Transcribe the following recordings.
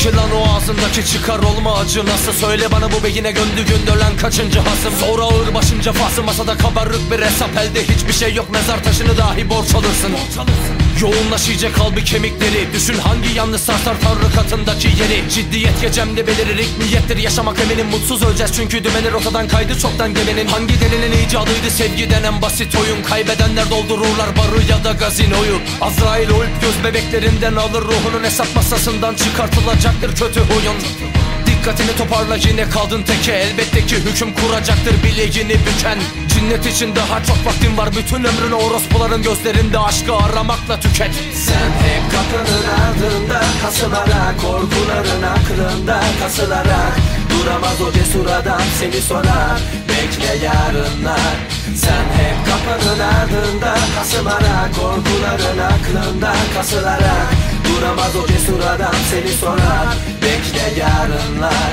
ki lan o ağzındaki çıkar olma acı nasıl? Söyle bana bu beyine gömdüğün dölen kaçıncı hasım? Sonra ağır başınca fasıl masada kabarık bir hesap, elde hiçbir şey yok, mezar taşını dahi borç alırsın. Yoğunlaşacak kalbi kemikleri, düşün hangi yanlış sarsar tanrı katındaki yeri. Ciddiyet gecemde belirir, ilk niyettir yaşamak eminim. Mutsuz öleceğiz çünkü dümeni rotadan kaydı çoktan gemenin. Hangi delinin icadıydı sevgi denen basit oyun? Kaybedenler doldururlar barı ya da gazinoyu. Azrail oyup göz bebeklerinden alır ruhunun, hesap masasından çıkartılacaktır kötü huyun. Dikkatini toparla, yine kaldın teke, elbette ki hüküm kuracaktır bileğini büken. Cinnet için daha çok vaktin var, bütün ömrünü orospuların gözlerinde aşkı aramakla tüket. Sen hep kapının ardında kasılarak, korkuların aklında kasılarak, duramaz o cesur adam seni sorar, bekle yarınlar. Sen hep kapının ardında kasılarak, korkuların aklında kasılarak, duramaz o cesur adam seni sorar, bekle yarınlar.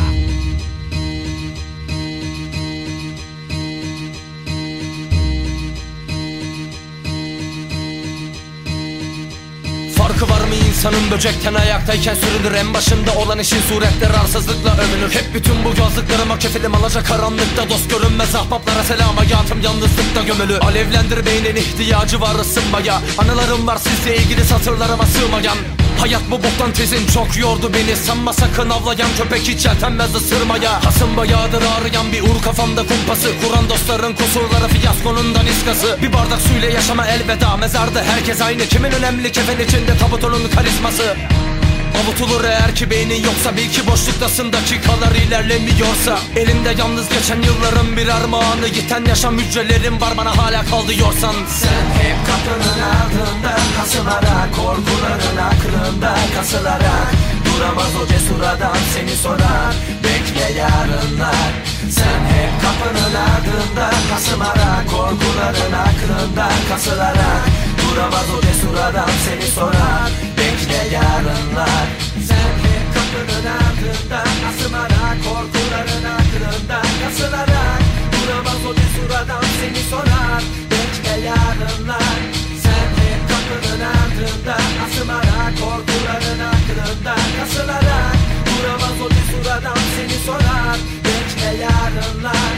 Farkı var mı insanın böcekten ayaktayken sürünür? En başında olan işin suretleri arsızlıkla övünür. Hep bütün bu yazdıklarıma kefilim, alacak karanlıkta dost görünmez ahbaplara selam, hayatım yalnızlıkta gömülü. Alevlendir beynin, ihtiyacı var ısınmaya, anılarım var sizle ilgili satırlarıma sığmayan. Hayat bu boktan tezin çok yordu beni, sanma sakın avlayan köpek hiç yeltenmez ısırmaya. Hasım bayağıdır ağrıyan bir ur kafamda kumpası, kuran dostların kusurları fiyaskonun daniskası. Bir bardak suyla yaşama elveda, mezarda herkes aynı, kimin önemli kefen içinde tabutunun karizması. Avutulur eğer ki beynin yoksa, bil ki boşluktasın dakikalar ilerlemiyorsa. Elimde yalnız geçen yılların bir armağanı, giten yaşam hücrelerim var bana hala kal diyorsan. Sen hep kapının ardında kasılarak, korkuların aklında kasılarak, duramaz o cesur adam seni sorar, bekle yarınlar. Sen hep kapının ardında kasılarak, korkuların aklında kasılarak, duramaz o cesur adam seni sorar, bekle yarınlar. Sen hep kapının ardında kasılarak, korkuların aklında kasılarak, duramaz o cesur adam seni sorar, bekle yarınlar. Sen hep kapının ardında kasılarak, korkuların aklında kasılarak, duramaz o cesur adam seni sorar, bekle yarınlar.